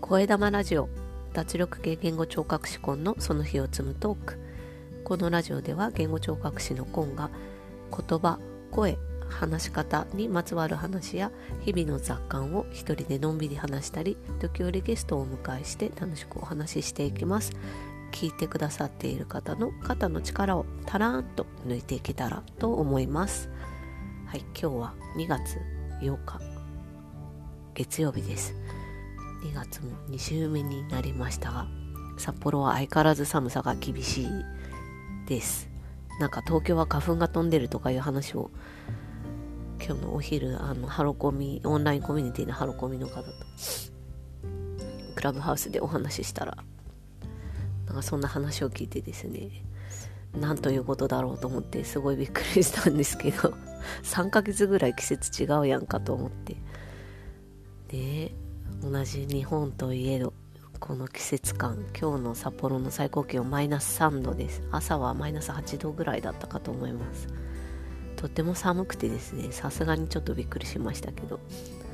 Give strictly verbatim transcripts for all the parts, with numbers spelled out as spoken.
声玉ラジオ、脱力系言語聴覚士コンのその日を積むトーク。このラジオでは言語聴覚士のコンが言葉、声、話し方にまつわる話や日々の雑感を一人でのんびり話したり、時折ゲストをお迎えして楽しくお話ししていきます。聞いてくださっている方の肩の力をたらーんと抜いていけたらと思います。はい、今日はにがつようか月曜日です。にがつもに週目になりましたが、札幌は相変わらず寒さが厳しいです。なんか東京は花粉が飛んでるとかいう話を今日のお昼、あのハロコミオンラインコミュニティのハロコミの方とクラブハウスでお話ししたら、なんかそんな話を聞いてですね、なんということだろうと思ってすごいびっくりしたんですけどさんかげつぐらい季節違うやんかと思って、で同じ日本といえどこの季節感、今日の札幌の最高気温マイナスさんどです。朝はマイナスはちどぐらいだったかと思います。とっても寒くてですね、さすがにちょっとびっくりしましたけど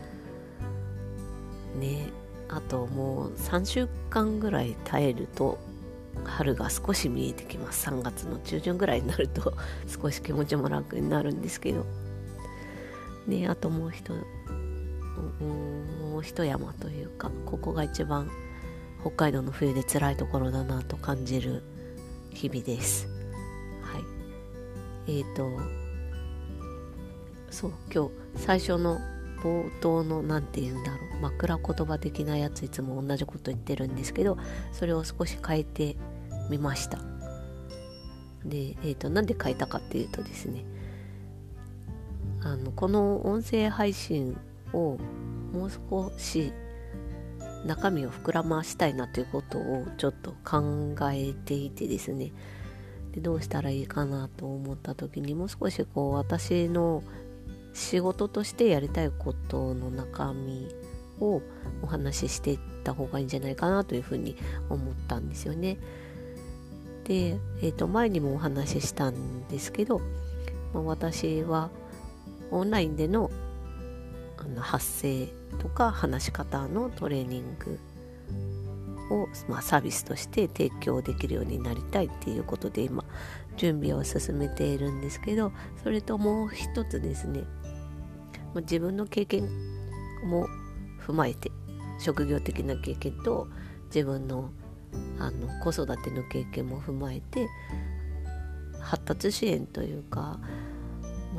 ね。あともうさんしゅうかんぐらい耐えると春が少し見えてきます。さんがつの中旬ぐらいになると少し気持ちも楽になるんですけどね。あともう一もう一山というか、ここが一番北海道の冬で辛いところだなと感じる日々です。はい。えーとそう今日最初の冒頭のなんて言うんだろう、枕言葉的なやついつも同じこと言ってるんですけど、それを少し変えてみました。で、えーとなんで変えたかっていうとですね、あのこの音声配信をもう少し中身を膨らましたいなということをちょっと考えていてですね、でどうしたらいいかなと思った時に、もう少しこう私の仕事としてやりたいことの中身をお話ししていった方がいいんじゃないかなというふうに思ったんですよね。で、えーと、前にもお話ししたんですけど、まあ、私はオンラインでの、あの発声とか話し方のトレーニングを、まあ、サービスとして提供できるようになりたいっていうことで今準備を進めているんですけど、それともう一つですね、自分の経験も踏まえて、職業的な経験と自分の、あの子育ての経験も踏まえて、発達支援というか、まあ、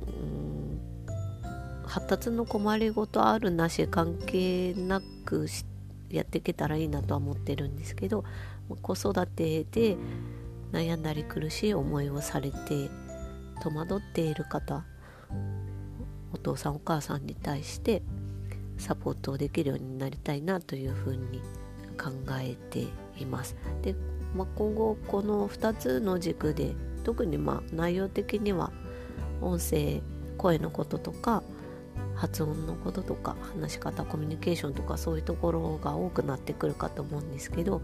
うん発達の困りごとあるなし関係なくやっていけたらいいなとは思ってるんですけど、子育てで悩んだり苦しい思いをされて戸惑っている方、お父さんお母さんに対してサポートをできるようになりたいなというふうに考えています。で、まあ、今後このふたつの軸で特にまあ内容的には音声、声のこととか発音のこととか話し方、コミュニケーションとかそういうところが多くなってくるかと思うんですけど、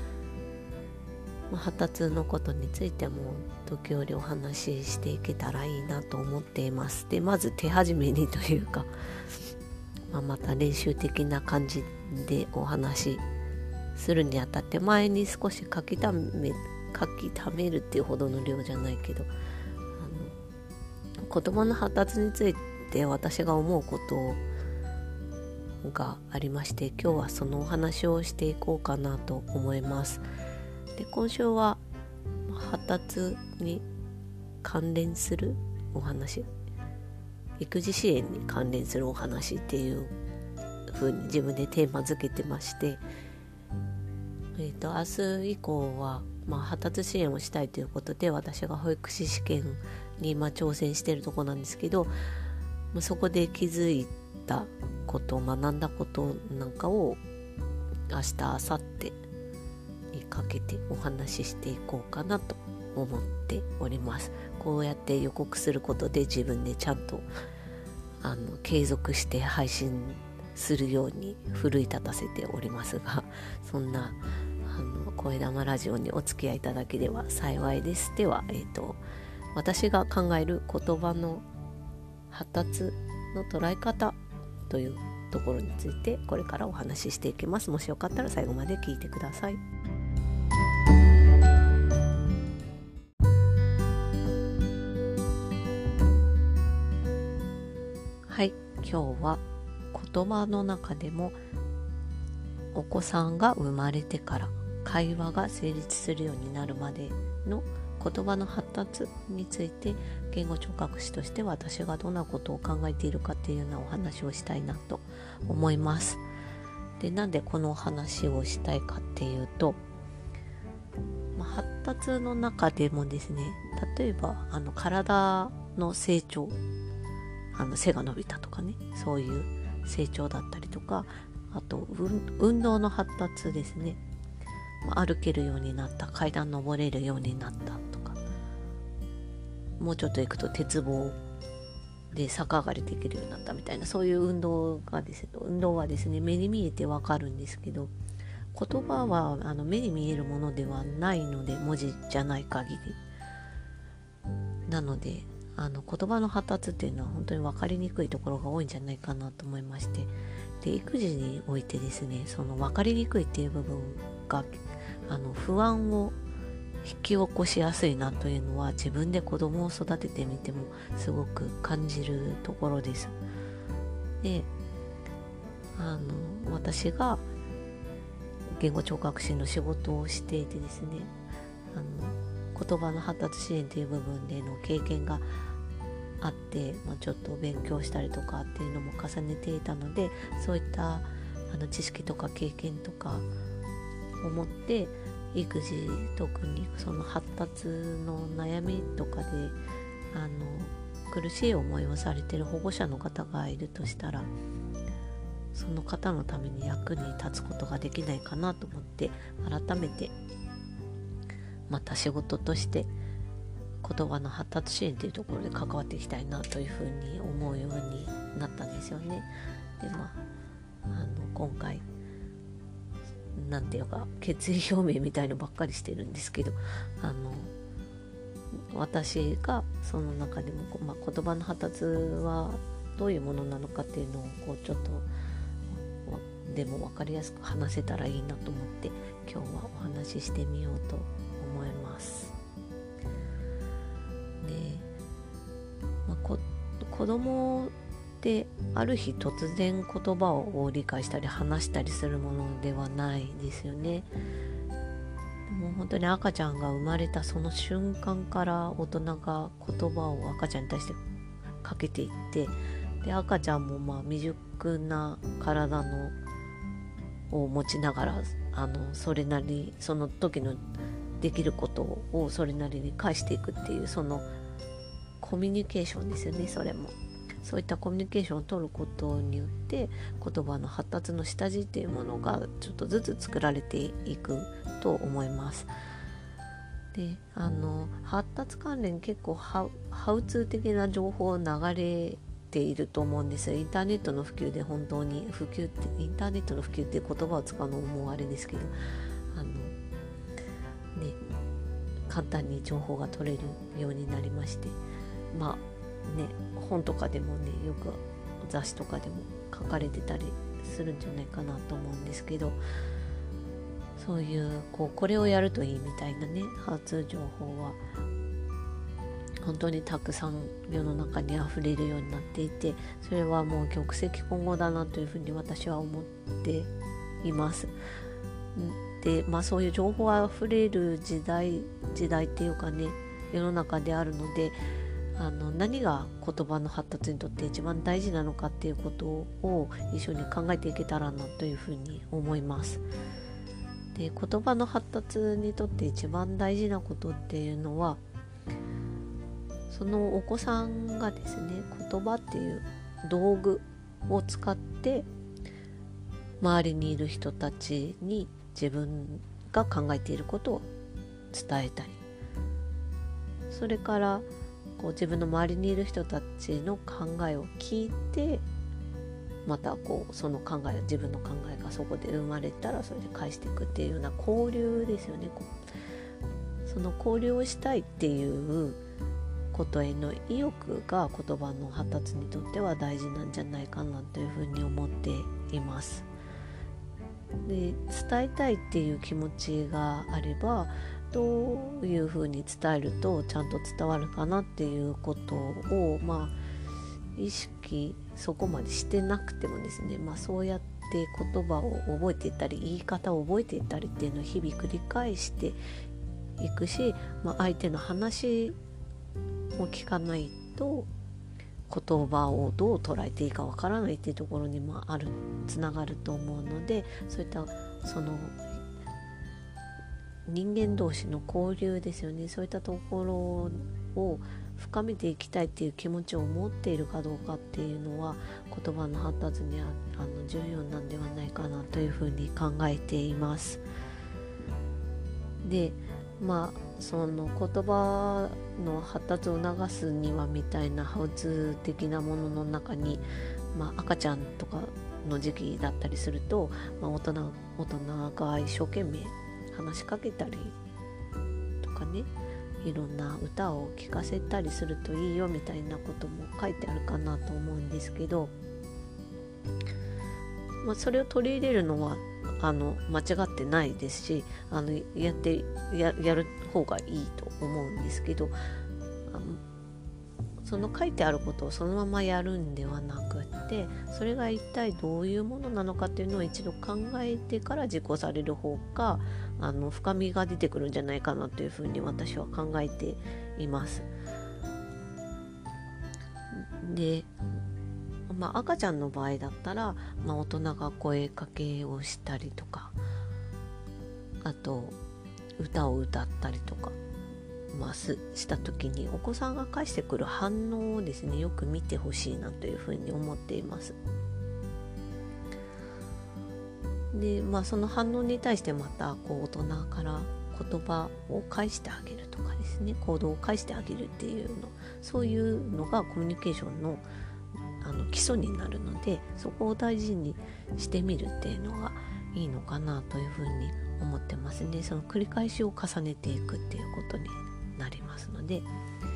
発達のことについても時折お話ししていけたらいいなと思っています。で、まず手始めにというか、まあ、また練習的な感じでお話しするにあたって、前に少し書きため書きためるっていうほどの量じゃないけど、あの言葉の発達について私が思うことがありまして、今日はそのお話をしていこうかなと思います。で、今週は発達に関連するお話、育児支援に関連するお話っていう風に自分でテーマ付けてまして、えーと、明日以降は、まあ、発達支援をしたいということで私が保育士試験に今挑戦しているところなんですけど、そこで気づいたこと、学んだことなんかを明日明後日にかけてお話ししていこうかなと思っております。こうやって予告することで自分でちゃんとあの継続して配信するように奮い立たせておりますが、そんなあの声玉ラジオにお付き合いいただければ幸いです。では、えーと、私が考える言葉の発達の捉え方というところについてこれからお話ししていきます。もしよかったら最後まで聞いてください。はい、今日は言葉の中でもお子さんが生まれてから会話が成立するようになるまでの言葉の発達について、言語聴覚士として私がどんなことを考えているかっていうようなお話をしたいなと思います。で、なんでこのお話をしたいかっていうと、まあ、発達の中でもですね、例えばあの体の成長、あの背が伸びたとかね、そういう成長だったりとか、あと運動の発達ですね、歩けるようになった、階段登れるようになったとか、もうちょっと行くと鉄棒で逆上がりできるようになったみたいな、そういう運動がですね、運動はですね、目に見えてわかるんですけど、言葉はあの目に見えるものではないので、文字じゃない限りなので、あの言葉の発達っていうのは本当に分かりにくいところが多いんじゃないかなと思いまして、で育児においてですね、その分かりにくいっていう部分があの不安を引き起こしやすいなというのは、自分で子供を育ててみてもすごく感じるところです。で、あの私が言語聴覚士の仕事をしていてですね、あの言葉の発達支援という部分での経験があって、まあ、ちょっと勉強したりとかっていうのも重ねていたので、そういったあの知識とか経験とかを持って、育児、特にその発達の悩みとかであの苦しい思いをされている保護者の方がいるとしたら、その方のために役に立つことができないかなと思って、改めてまた仕事として言葉の発達支援というところで関わっていきたいなというふうに思うようになったんですよね。で、まあ、あの今回なんていうか決意表明みたいのばっかりしてるんですけど、あの私がその中でも、まあ、言葉の発達はどういうものなのかっていうのをこうちょっとでも分かりやすく話せたらいいなと思って、今日はお話ししてみようと思います。で、まあ、こ子供ってある日突然言葉を理解したり話したりするものではないですよね。もう本当に赤ちゃんが生まれたその瞬間から大人が言葉を赤ちゃんに対してかけていって、で赤ちゃんもまあ未熟な体のを持ちながら、あのそれなりその時のできることをそれなりに返していくっていう、そのコミュニケーションですよね。それもそういったコミュニケーションを取ることによって言葉の発達の下地っていうものがちょっとずつ作られていくと思います。で、あの発達関連結構ハウツー的な情報流れていると思うんですよ。インターネットの普及で本当に普及ってインターネットの普及って言葉を使うのもあれですけど、あのね簡単に情報が取れるようになりまして、まあね、本とかでもね、よく雑誌とかでも書かれてたりするんじゃないかなと思うんですけど、そういうこうこれをやるといいみたいなね、発情報は本当にたくさん世の中にあふれるようになっていて、それはもう玉石混合だなというふうに私は思っています。で、まあそういう情報あふれる時代時代っていうかね、世の中であるので、あの何が言葉の発達にとって一番大事なのかっていうことを一緒に考えていけたらなというふうに思います。で、言葉の発達にとって一番大事なことっていうのは、そのお子さんがですね、言葉っていう道具を使って周りにいる人たちに自分が考えていることを伝えたり、それからこう自分の周りにいる人たちの考えを聞いて、またこうその考え、自分の考えがそこで生まれたらそれで返していくっていうような交流ですよね。こうその交流をしたいっていうことへの意欲が言葉の発達にとっては大事なんじゃないかなというふうに思っています。で、伝えたいっていう気持ちがあれば、どういうふうに伝えるとちゃんと伝わるかなっていうことを、まあ意識そこまでしてなくてもですね、まあ、そうやって言葉を覚えていったり、言い方を覚えていったりっていうのを日々繰り返していくし、まあ、相手の話を聞かないと言葉をどう捉えていいかわからないっていうところにもあるつながると思うので、そういったその人間同士の交流ですよね、そういったところを深めていきたいっていう気持ちを持っているかどうかっていうのは、言葉の発達にはあの重要なんではないかなというふうに考えています。で、まあその言葉の発達を促すにはみたいなハウツー的なものの中に、まあ、赤ちゃんとかの時期だったりすると、まあ、大人大人が一生懸命話しかけたりとかね、いろんな歌を聴かせたりするといいよみたいなことも書いてあるかなと思うんですけど、まあ、それを取り入れるのはあの間違ってないですし、あのやって や, やる方がいいと思うんですけど、あのその書いてあることをそのままやるんではなくって、それが一体どういうものなのかっていうのを一度考えてから実行される方があの深みが出てくるんじゃないかなというふうに私は考えています。で、まあ、赤ちゃんの場合だったら、まあ、大人が声かけをしたりとか、あと歌を歌ったりとか、まあ、した時にお子さんが返してくる反応をですね、よく見てほしいなというふうに思っています。で、まあ、その反応に対してまたこう大人から言葉を返してあげるとかですね、行動を返してあげるっていうの、そういうのがコミュニケーションのあの基礎になるので、そこを大事にしてみるっていうのがいいのかなというふうに思ってますね。その繰り返しを重ねていくっていうことになりますので、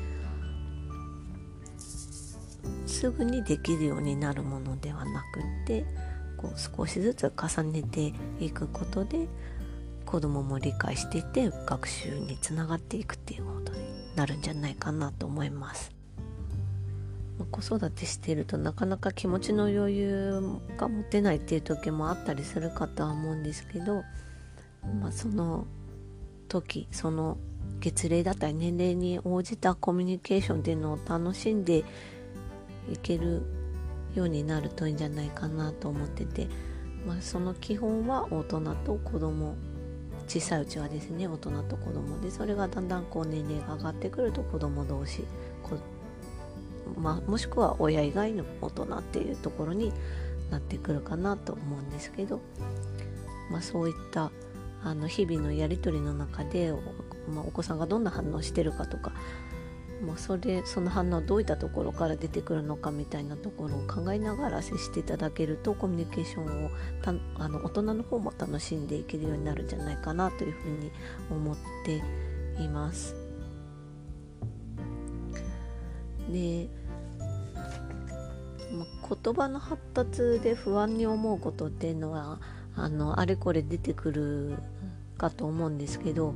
すぐにできるようになるものではなくって、こう少しずつ重ねていくことで子どもも理解していって学習につながっていくっていうことになるんじゃないかなと思います。子育てしているとなかなか気持ちの余裕が持てないっていう時もあったりするかとは思うんですけど、まあ、その時その月齢だったり年齢に応じたコミュニケーションっていうのを楽しんでいけるようになるといいんじゃないかなと思ってて、まあ、その基本は大人と子供、小さいうちはですね大人と子供で、それがだんだんこう年齢が上がってくると子供同士、まあ、もしくは親以外の大人っていうところになってくるかなと思うんですけど、まあ、そういったあの日々のやり取りの中で お,、まあ、お子さんがどんな反応してるかとか、もうそれその反応はどういったところから出てくるのかみたいなところを考えながら接していただけると、コミュニケーションをたあの大人の方も楽しんでいけるようになるんじゃないかなというふうに思っています。で、まあ、言葉の発達で不安に思うことっていうのは あのあれこれ出てくるかと思うんですけど、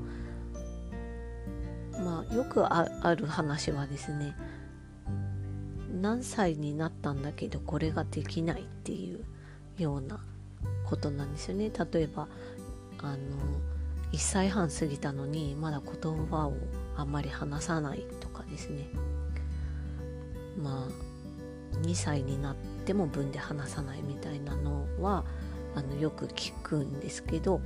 まあ、よく あ, ある話はですね、何歳になったんだけどこれができないっていうようなことなんですよね。例えばあのいっさいはん過ぎたのにまだ言葉をあんまり話さないとかですね、まあにさいになっても文で話さないみたいなのはあのよく聞くんですけど、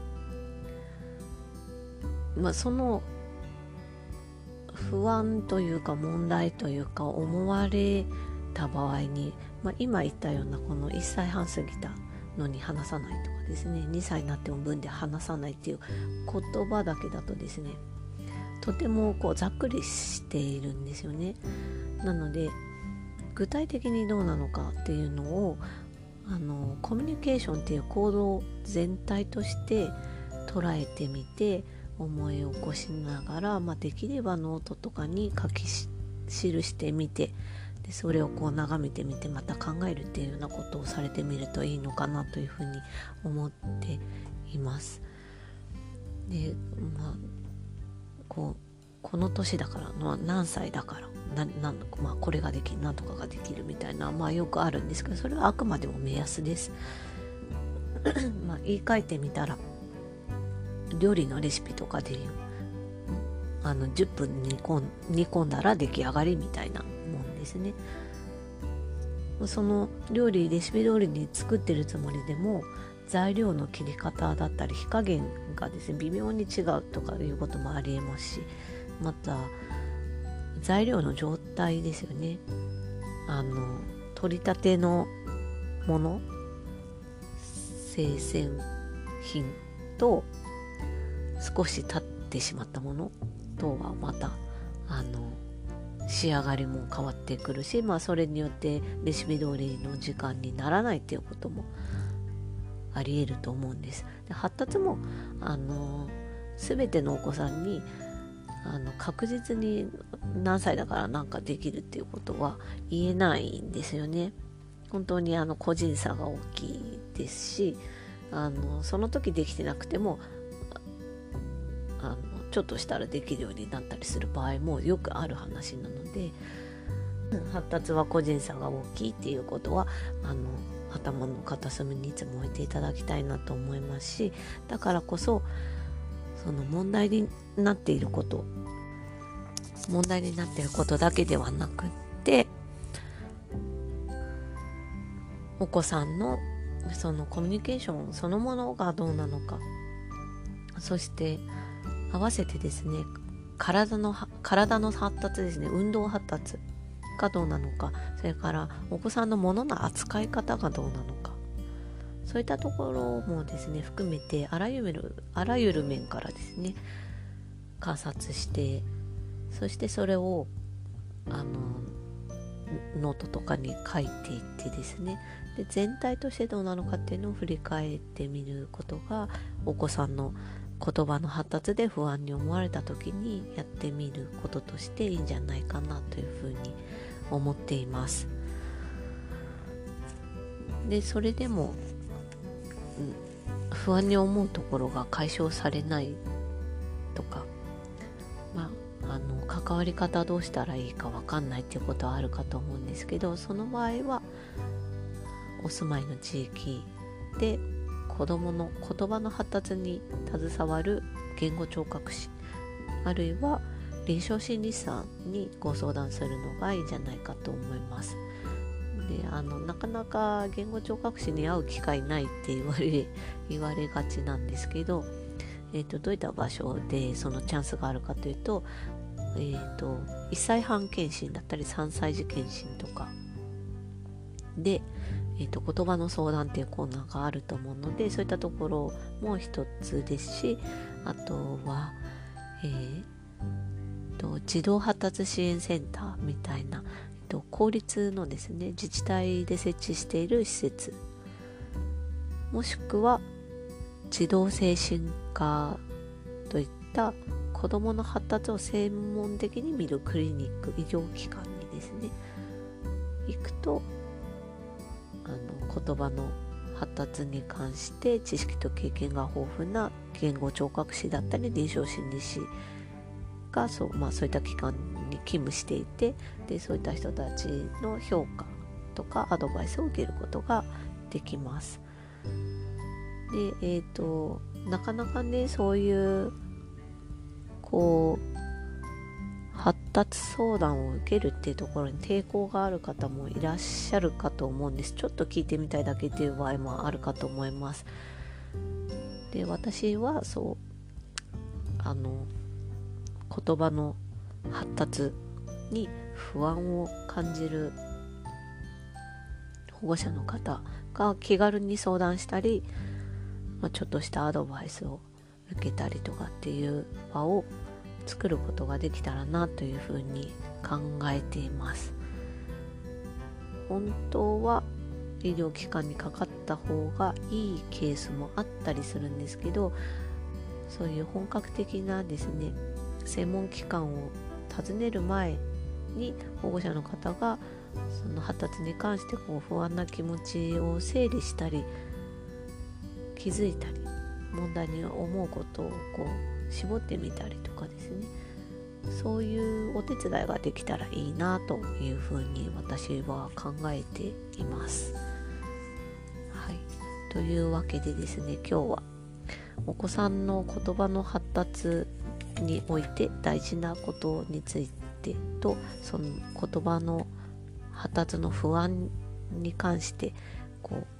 まあその不安というか問題というか思われた場合に、まあ、今言ったようなこのいっさいはん過ぎたのに話さないとかですね、にさいになっても文で話さないっていう言葉だけだとですね、とてもこうざっくりしているんですよね。なので具体的にどうなのかっていうのをあのコミュニケーションっていう行動全体として捉えてみて思い起こしながら、まあ、できればノートとかに書き記してみて、でそれをこう眺めてみてまた考えるっていうようなことをされてみるといいのかなというふうに思っています。で、まあ、こうこの年だから、まあ、何歳だからなな、まあ、これができるなんとかができるみたいな、まあ、よくあるんですけど、それはあくまでも目安です。まあ言い換えてみたら、料理のレシピとかでいうあのじゅっぷん煮込ん、煮込んだら出来上がりみたいなもんですね。その料理レシピ通りに作ってるつもりでも、材料の切り方だったり火加減がですね微妙に違うとかいうこともありえますし、また材料の状態ですよね。あの取り立てのもの、生鮮品と少し経ってしまったものとはまたあの仕上がりも変わってくるし、まあそれによってレシピ通りの時間にならないっていうこともあり得ると思うんです。で、発達もあの全てのお子さんにあの確実に何歳だからなんかできるっていうことは言えないんですよね。本当にあの個人差が大きいですし、あのその時できてなくてもあのちょっとしたらできるようになったりする場合もよくある話なので、発達は個人差が大きいっていうことはあの頭の片隅にいつも置いていただきたいなと思いますし、だからこそその問題になっていること問題になっていることだけではなくって、お子さんのそのコミュニケーションそのものがどうなのか、そして合わせてですね、体の体の発達ですね、運動発達がどうなのか、それからお子さんのものの扱い方がどうなのか、そういったところもですね含めてあらゆるあらゆる面からですね観察して、そしてそれをあのノートとかに書いていってですね、で全体としてどうなのかっていうのを振り返ってみることが、お子さんの言葉の発達で不安に思われた時にやってみることとしていいんじゃないかなというふうに思っています。でそれでも、うん、不安に思うところが解消されないとか、まあ、あの関わり方どうしたらいいか分かんないっていうことはあるかと思うんですけど、その場合はお住まいの地域で子どもの言葉の発達に携わる言語聴覚士、あるいは臨床心理士さんにご相談するのがいいんじゃないかと思います。であのなかなか言語聴覚士に会う機会ないって言われ言われがちなんですけど、えーと、どういった場所でそのチャンスがあるかというと、えーと、いっさいはん検診だったりさんさい児検診とかで、えーと、言葉の相談っていうコーナーがあると思うので、そういったところも一つですし、あとは、えーと、児童発達支援センターみたいな、えーと、公立のですね自治体で設置している施設、もしくは児童精神科といった子どもの発達を専門的に見るクリニック、医療機関にですね行くと、あの言葉の発達に関して知識と経験が豊富な言語聴覚士だったり臨床心理士がそう、まあ、そういった機関に勤務していて、でそういった人たちの評価とかアドバイスを受けることができます。で、えーと、なかなかねそういうこう発達相談を受けるっていうところに抵抗がある方もいらっしゃるかと思うんです。ちょっと聞いてみたいだけっていう場合もあるかと思います。で、私はそうあの言葉の発達に不安を感じる保護者の方が気軽に相談したり、まあ、ちょっとしたアドバイスを受けたりとかっていう場を作ることができたらなというふうに考えています。本当は医療機関にかかった方がいいケースもあったりするんですけど、そういう本格的なですね専門機関を訪ねる前に保護者の方がその発達に関してこう不安な気持ちを整理したり気づいたり問題に思うことをこう絞ってみたりとかですね、そういうお手伝いができたらいいなというふうに私は考えています。はい、というわけでですね、今日はお子さんの言葉の発達において大事なことについてと、その言葉の発達の不安に関してこう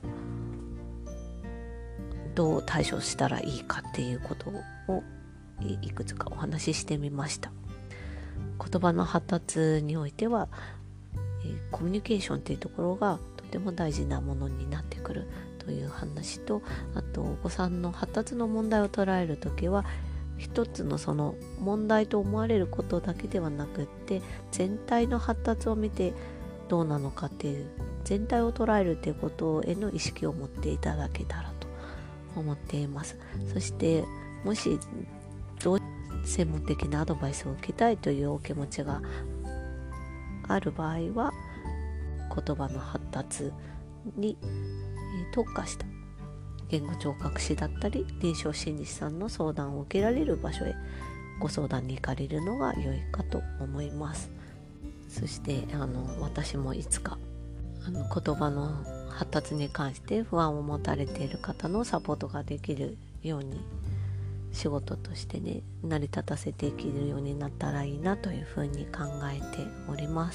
どう対処したらいいかっていうことをいくつかお話ししてみました。言葉の発達においては、えー、コミュニケーションっていうところがとても大事なものになってくるという話と、あとお子さんの発達の問題を捉えるときは一つのその問題と思われることだけではなくって、全体の発達を見てどうなのかっていう全体を捉えるっていうことへの意識を持っていただけたらと思っています。そしてもしどう専門的なアドバイスを受けたいというお気持ちがある場合は、言葉の発達に特化した言語聴覚士だったり臨床心理士さんの相談を受けられる場所へご相談に行かれるのが良いかと思います。そしてあの私もいつかあの言葉の発達に関して不安を持たれている方のサポートができるように仕事としてね成り立たせていけるようになったらいいなというふうに考えております。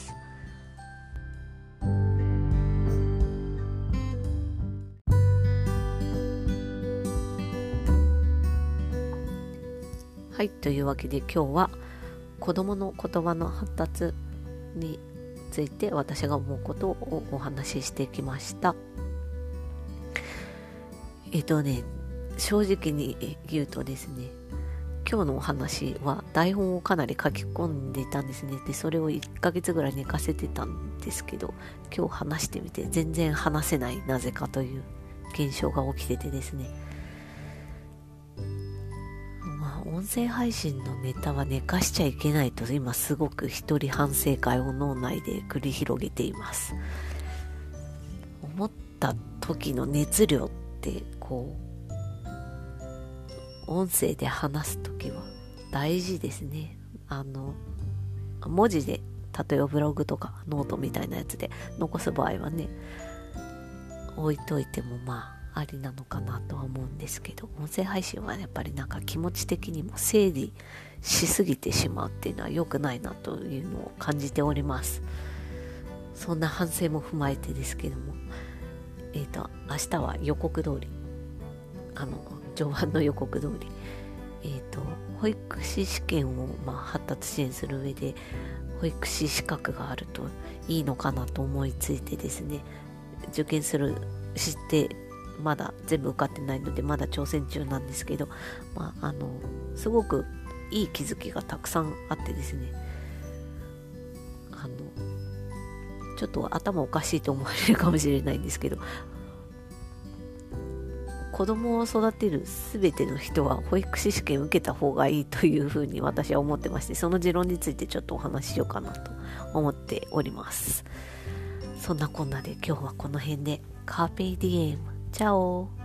はい、というわけで今日は子どもの言葉の発達について私が思うことをお話ししてきました。えっとね正直に言うとですね、今日のお話は台本をかなり書き込んでいたんですね。でそれをいっかげつぐらい寝かせてたんですけど、今日話してみて全然話せない、なぜかという現象が起きててですね、まあ音声配信のネタは寝かしちゃいけないと今すごく一人反省会を脳内で繰り広げています。思った時の熱量ってこう音声で話すときは大事ですね。あの文字で例えばブログとかノートみたいなやつで残す場合はね置いといてもまあありなのかなとは思うんですけど、音声配信はやっぱりなんか気持ち的にも整理しすぎてしまうっていうのは良くないなというのを感じております。そんな反省も踏まえてですけども、えっと明日は予告通りあの序盤の予告通り、えーと、保育士試験を、まあ、発達支援する上で保育士資格があるといいのかなと思いついてですね、受験するしてまだ全部受かってないのでまだ挑戦中なんですけど、まあ、あのすごくいい気づきがたくさんあってですね、あのちょっと頭おかしいと思われるかもしれないんですけど、子供を育てるすべての人は保育士試験を受けた方がいいというふうに私は思ってまして、その持論についてちょっとお話ししようかなと思っております。そんなこんなで今日はこの辺で。カーペディエム。チャオ。